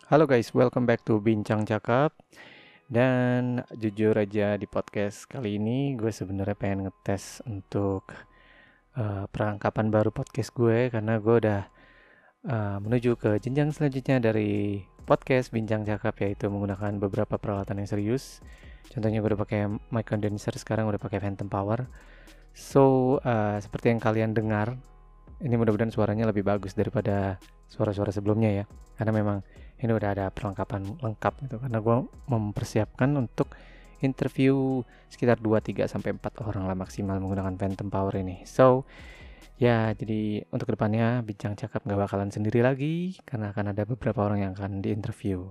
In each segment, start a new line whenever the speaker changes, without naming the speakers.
Halo guys, welcome back to Bincang Cakap. Dan jujur aja di podcast kali ini gue sebenarnya pengen ngetes untuk perlengkapan baru podcast gue karena gue udah menuju ke jenjang selanjutnya dari podcast Bincang Cakap, yaitu menggunakan beberapa peralatan yang serius. Contohnya gue udah pakai mic condenser, sekarang udah pakai phantom power. So seperti yang kalian dengar, ini mudah-mudahan suaranya lebih bagus daripada suara-suara sebelumnya ya, karena memang ini udah ada perlengkapan lengkap gitu, karena gue mempersiapkan untuk interview sekitar 2, 3, sampai 4 orang lah maksimal menggunakan Phantom Power ini. So ya, jadi untuk kedepannya Bincang Cakap gak bakalan sendiri lagi karena akan ada beberapa orang yang akan diinterview.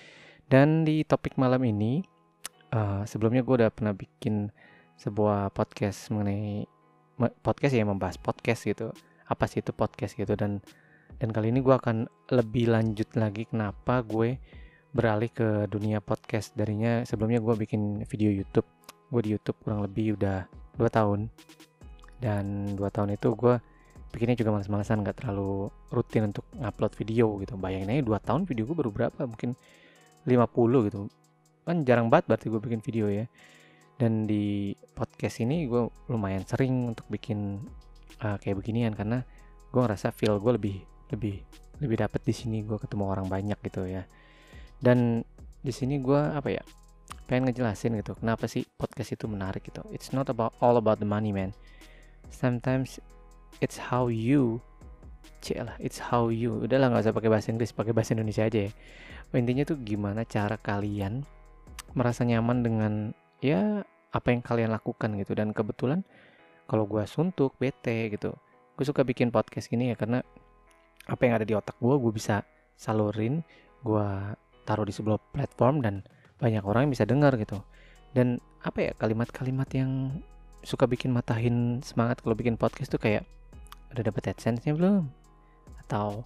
Dan di topik malam ini, sebelumnya gue udah pernah bikin sebuah podcast mengenai podcast ya, membahas podcast gitu, apa sih itu podcast gitu. Dan kali ini gue akan lebih lanjut lagi kenapa gue beralih ke dunia podcast. Darinya sebelumnya gue bikin video YouTube. Gue di YouTube kurang lebih udah 2 tahun. Dan 2 tahun itu gue bikinnya juga males-malesan, gak terlalu rutin untuk ngupload video gitu. Bayangin aja 2 tahun video gue baru berapa, mungkin 50 gitu. Kan jarang banget berarti gue bikin video ya. Dan di podcast ini gue lumayan sering untuk bikin kayak beginian, karena gue ngerasa feel gue lebih dapet di sini. Gue ketemu orang banyak gitu ya. Dan di sini gue pengen ngejelasin gitu kenapa sih podcast itu menarik gitu. It's not all about the money, man. Sometimes it's how you it's how you. Udahlah, nggak usah pakai bahasa Inggris, pakai bahasa Indonesia aja ya. Intinya tuh gimana cara kalian merasa nyaman dengan ya apa yang kalian lakukan gitu. Dan kebetulan kalau gue suntuk, bete gitu, gue suka bikin podcast gini ya, karena apa yang ada di otak gue bisa salurin, gue taruh di sebuah platform dan banyak orang yang bisa dengar gitu. Dan kalimat-kalimat yang suka bikin matahin semangat kalau bikin podcast tuh kayak, udah dapet AdSense-nya belum? Atau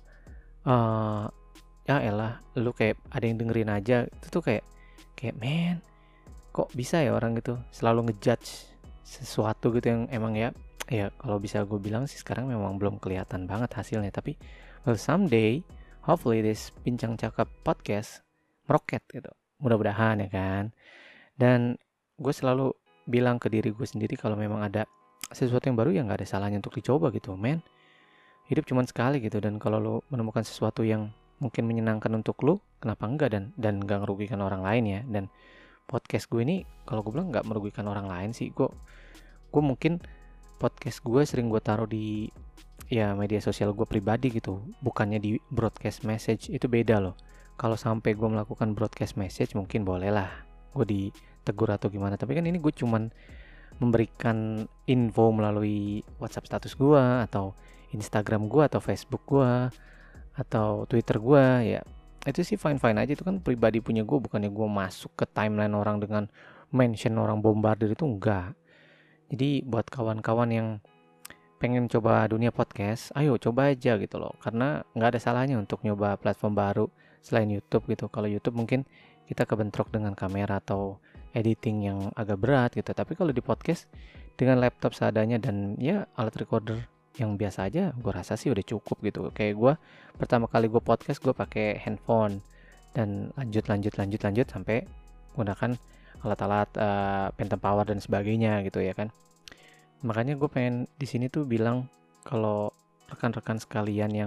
ya elah lu kayak ada yang dengerin aja. Itu tuh kayak man, kok bisa ya orang gitu selalu ngejudge sesuatu gitu yang emang ya kalau bisa gue bilang sih sekarang memang belum kelihatan banget hasilnya. Tapi well, someday hopefully this Bincang Cakap podcast meroket gitu, mudah-mudahan ya kan. Dan gue selalu bilang ke diri gue sendiri kalau memang ada sesuatu yang baru ya gak ada salahnya untuk dicoba gitu, men. Hidup cuma sekali gitu, dan kalau lo menemukan sesuatu yang mungkin menyenangkan untuk lo, kenapa enggak, dan gak ngerugikan orang lain ya. Dan podcast gue ini kalau gue bilang gak merugikan orang lain sih. Gue mungkin podcast gue sering gue taruh di media sosial gue pribadi gitu, bukannya di broadcast message. Itu beda loh. Kalau sampai gue melakukan broadcast message mungkin boleh lah gue ditegur atau gimana, tapi kan ini gue cuman memberikan info melalui WhatsApp status gue atau Instagram gue atau Facebook gue atau Twitter gue. Ya itu sih fine-fine aja, itu kan pribadi punya gue, bukannya gue masuk ke timeline orang dengan mention orang bombardir, itu enggak. Jadi buat kawan-kawan yang pengen coba dunia podcast, ayo coba aja gitu loh, karena nggak ada salahnya untuk nyoba platform baru selain YouTube gitu. Kalau YouTube mungkin kita kebentrok dengan kamera atau editing yang agak berat gitu, tapi kalau di podcast dengan laptop seadanya dan ya alat recorder yang biasa aja, gue rasa sih udah cukup gitu. Kayak gue pertama kali gue podcast, gue pakai handphone dan lanjut sampai gunakan alat-alat phantom power dan sebagainya gitu ya kan. Makanya gue pengen di sini tuh bilang kalau rekan-rekan sekalian yang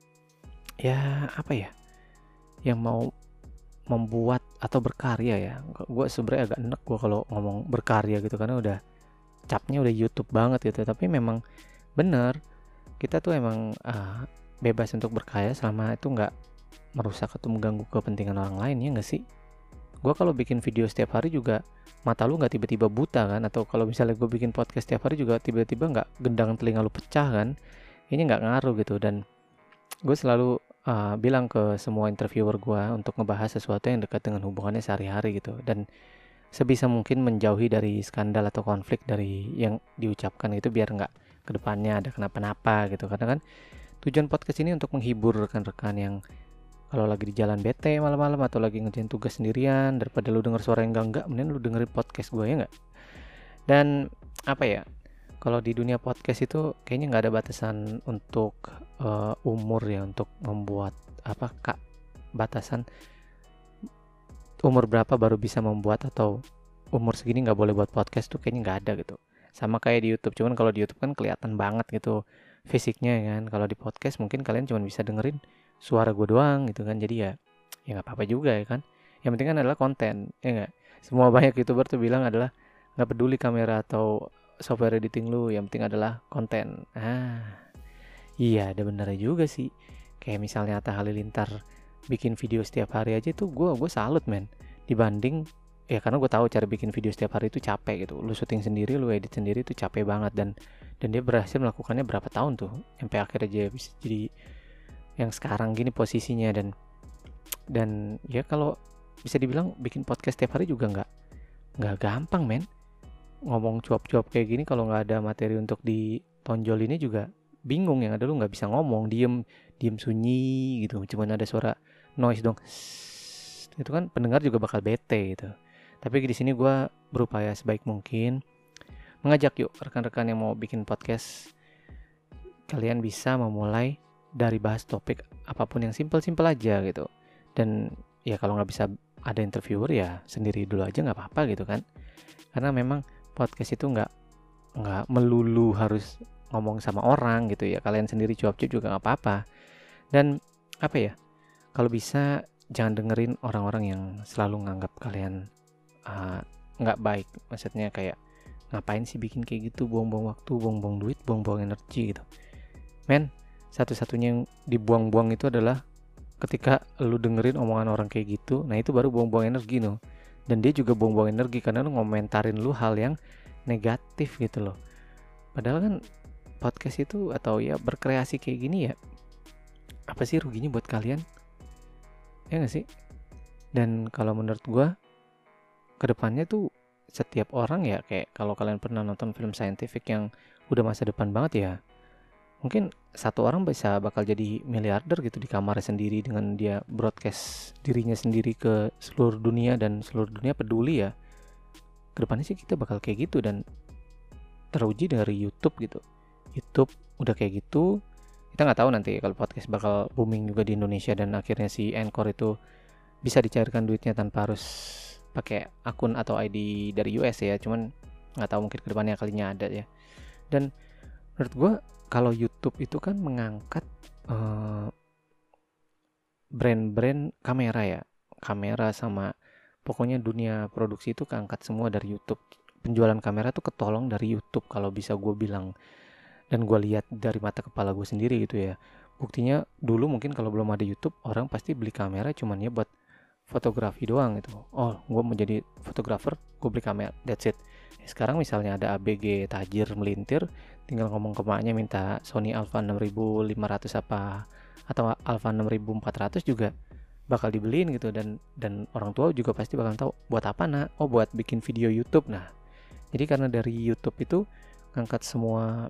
yang mau membuat atau berkarya ya, gue sebenarnya agak enek gue kalau ngomong berkarya gitu, karena udah capnya udah YouTube banget gitu. Tapi memang bener, kita tuh emang bebas untuk berkarya selama itu nggak merusak atau mengganggu kepentingan orang lain, ya nggak sih? Gue kalau bikin video setiap hari juga mata lu nggak tiba-tiba buta kan? Atau kalau misalnya gue bikin podcast setiap hari juga tiba-tiba nggak gendang telinga lu pecah kan? Ini nggak ngaruh gitu. Dan gue selalu bilang ke semua interviewer gue untuk ngebahas sesuatu yang dekat dengan hubungannya sehari-hari gitu, dan sebisa mungkin menjauhi dari skandal atau konflik dari yang diucapkan itu, biar nggak kedepannya ada kenapa-napa gitu. Karena kan tujuan podcast ini untuk menghibur rekan-rekan yang kalau lagi di jalan bete malam-malam atau lagi ngerjain tugas sendirian, daripada lu denger suara yang enggak, mending lu dengerin podcast gue, ya nggak? Dan kalau di dunia podcast itu kayaknya nggak ada batasan untuk umur ya, untuk membuat batasan umur berapa baru bisa membuat, atau umur segini nggak boleh buat podcast tuh kayaknya nggak ada gitu. Sama kayak di YouTube, cuman kalau di YouTube kan kelihatan banget gitu fisiknya kan. Kalau di podcast mungkin kalian cuma bisa dengerin suara gue doang gitu kan. Jadi ya nggak apa-apa juga ya kan. Yang penting kan adalah konten, ya nggak. Semua banyak YouTuber tuh bilang adalah nggak peduli kamera atau software editing lu, yang penting adalah konten. Iya, ada benernya juga sih. Kayak misalnya Atta Halilintar bikin video setiap hari aja tuh gue salut men. Dibanding ya, karena gue tahu cara bikin video setiap hari itu capek gitu. Lu syuting sendiri, lu edit sendiri itu capek banget, dan dia berhasil melakukannya berapa tahun tuh sampai akhirnya dia bisa jadi yang sekarang gini posisinya. Dan ya kalau bisa dibilang bikin podcast setiap hari juga nggak gampang men. Ngomong cuap-cuap kayak gini kalau nggak ada materi untuk ditonjolinnya juga bingung. Yang ada lu nggak bisa ngomong, diem sunyi gitu, cuman ada suara noise dong. Itu kan pendengar juga bakal bete gitu. Tapi di sini gue berupaya sebaik mungkin mengajak yuk rekan-rekan yang mau bikin podcast, kalian bisa memulai dari bahas topik apapun yang simpel-simpel aja gitu. Dan ya kalau nggak bisa ada interviewer ya sendiri dulu aja nggak apa-apa gitu kan. Karena memang podcast itu nggak melulu harus ngomong sama orang gitu ya. Kalian sendiri cuap-cuap juga nggak apa-apa. Dan apa ya, kalau bisa jangan dengerin orang-orang yang selalu nganggap kalian nggak baik. Maksudnya kayak ngapain sih bikin kayak gitu, buang-buang waktu, buang-buang duit, buang-buang energi gitu. Men, satu-satunya yang dibuang-buang itu adalah ketika lu dengerin omongan orang kayak gitu. Nah itu baru buang-buang energi no. Dan dia juga buang-buang energi karena lu ngomentarin lu hal yang negatif gitu loh. Padahal kan podcast itu atau ya berkreasi kayak gini ya, apa sih ruginya buat kalian? Ya gak sih? Dan kalau menurut gua kedepannya tuh setiap orang ya, kayak kalau kalian pernah nonton film scientific yang udah masa depan banget ya, mungkin satu orang bakal jadi miliarder gitu di kamarnya sendiri dengan dia broadcast dirinya sendiri ke seluruh dunia, dan seluruh dunia peduli ya. Kedepannya sih kita bakal kayak gitu, dan teruji dari YouTube gitu. YouTube udah kayak gitu, kita nggak tahu nanti kalau podcast bakal booming juga di Indonesia, dan akhirnya si Anchor itu bisa dicairkan duitnya tanpa harus pakai akun atau ID dari US ya. Cuman nggak tahu, mungkin kedepannya kalinya ada ya. Dan menurut gue kalau YouTube itu kan mengangkat brand-brand kamera sama pokoknya dunia produksi itu keangkat semua dari YouTube. Penjualan kamera tuh ketolong dari YouTube kalau bisa gue bilang, dan gue lihat dari mata kepala gue sendiri gitu ya. Buktinya dulu mungkin kalau belum ada YouTube, orang pasti beli kamera cuman ya buat fotografi doang gitu. Oh, gue mau jadi fotografer, gue beli kamera, that's it. Sekarang misalnya ada ABG tajir melintir, tinggal ngomong ke maknya minta Sony Alpha 6500 apa atau Alpha 6400 juga bakal dibeliin gitu. Dan orang tua juga pasti bakal tahu buat apa nak. Oh, buat bikin video YouTube. Nah, jadi karena dari YouTube itu ngangkat semua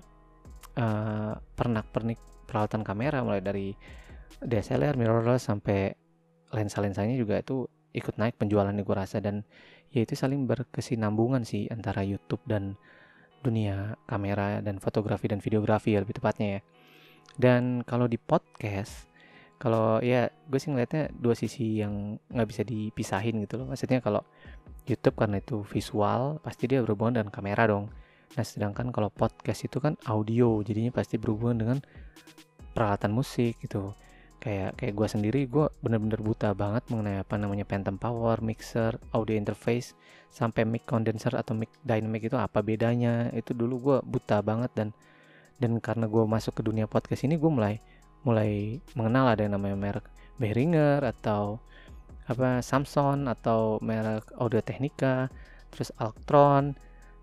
pernak-pernik peralatan kamera, mulai dari DSLR, mirrorless sampai lensa-lensanya juga itu ikut naik penjualannya gue rasa. Dan ya itu saling berkesinambungan sih antara YouTube dan dunia kamera dan fotografi dan videografi ya lebih tepatnya ya. Dan kalau di podcast, kalau ya gue sih ngeliatnya dua sisi yang nggak bisa dipisahin gitu loh. Maksudnya kalau YouTube karena itu visual, pasti dia berhubungan dengan kamera dong. Nah sedangkan kalau podcast itu kan audio, jadinya pasti berhubungan dengan peralatan musik gitu. Kayak gue sendiri, gue bener-bener buta banget mengenai apa namanya phantom power, mixer, audio interface, sampai mic condenser atau mic dynamic itu apa bedanya. Itu dulu gue buta banget, dan karena gue masuk ke dunia podcast ini, gue mulai mengenal ada yang namanya merek Behringer atau apa Samson, atau merek Audio Technica, terus Altron,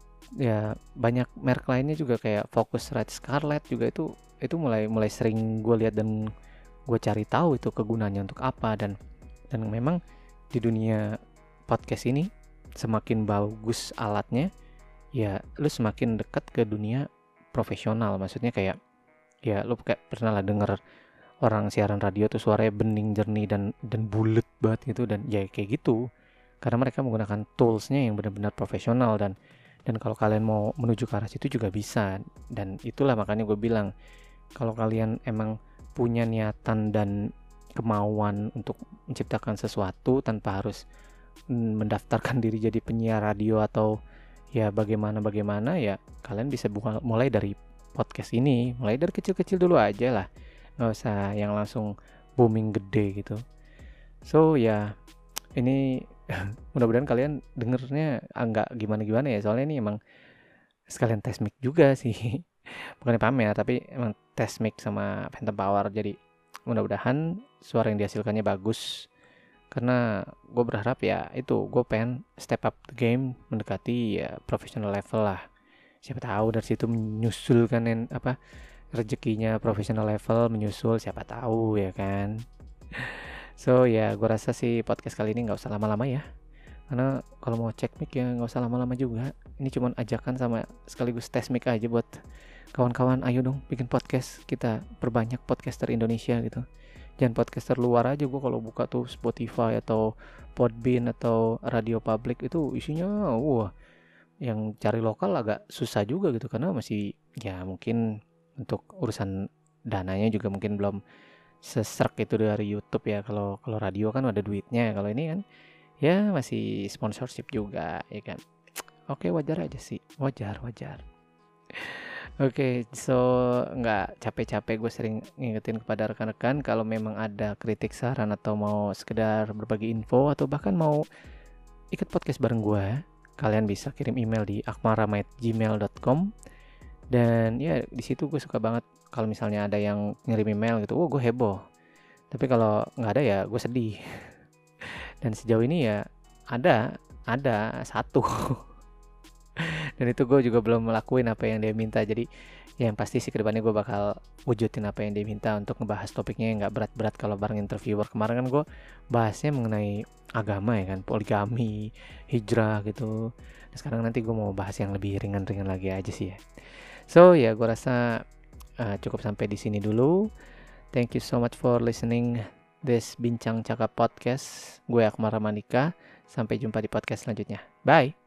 ya banyak merek lainnya juga kayak Focusrite, Scarlett juga itu mulai sering gue lihat dan gue cari tahu itu kegunaannya untuk apa. Dan memang di dunia podcast ini semakin bagus alatnya ya lu semakin dekat ke dunia profesional. Maksudnya kayak ya lu kayak pernah lah denger orang siaran radio tuh suaranya bening jernih dan bulet banget gitu, dan ya kayak gitu karena mereka menggunakan toolsnya yang benar-benar profesional. Dan kalau kalian mau menuju ke arah situ juga bisa. Dan itulah makanya gue bilang, kalau kalian emang punya niatan dan kemauan untuk menciptakan sesuatu tanpa harus mendaftarkan diri jadi penyiar radio atau ya bagaimana ya kalian bisa mulai dari podcast ini, mulai dari kecil-kecil dulu aja lah, nggak usah yang langsung booming gede gitu. So ya ini mudah-mudahan kalian dengernya nggak gimana-gimana ya, soalnya ini emang sekalian test mic juga sih. Bukannya pamer, tapi emang test mic sama Phantom Power. Jadi mudah-mudahan suara yang dihasilkannya bagus. Karena gue berharap ya itu, gue pengen step up the game, mendekati ya professional level lah. Siapa tahu dari situ menyusul kan rezekinya professional level menyusul, siapa tahu ya kan. So ya gue rasa sih podcast kali ini nggak usah lama-lama ya. Karena kalau mau cek mic ya nggak usah lama-lama juga. Ini cuma ajakan sama sekaligus tes mic aja buat kawan-kawan. Ayo dong bikin podcast, kita perbanyak podcaster Indonesia gitu. Jangan podcaster luar aja. Gue kalau buka tuh Spotify atau Podbean atau Radio Public itu isinya yang cari lokal agak susah juga gitu, karena masih ya mungkin untuk urusan dananya juga mungkin belum seserak itu dari YouTube ya. Kalau radio kan ada duitnya, kalau ini kan ya masih sponsorship juga ya kan. Oke, wajar aja sih, wajar. Oke, so nggak capek-capek gue sering ngingetin kepada rekan-rekan kalau memang ada kritik, saran, atau mau sekedar berbagi info atau bahkan mau ikut podcast bareng gue, kalian bisa kirim email di akmaram@gmail.com. Dan ya di situ gue suka banget kalau misalnya ada yang ngirim email gitu, gue heboh. Tapi kalau nggak ada ya gue sedih. Dan sejauh ini ya ada satu. Dan itu gue juga belum melakuin apa yang dia minta. Jadi ya yang pasti sih kedepannya gue bakal wujudin apa yang dia minta untuk ngebahas topiknya yang gak berat-berat kalau bareng interviewer. Kemarin kan gue bahasnya mengenai agama ya kan, poligami, hijrah gitu. Dan sekarang nanti gue mau bahas yang lebih ringan-ringan lagi aja sih ya. So ya gue rasa cukup sampai di sini dulu. Thank you so much for listening this Bincang Cakap Podcast. Gue Akmal Ramanika. Sampai jumpa di podcast selanjutnya. Bye.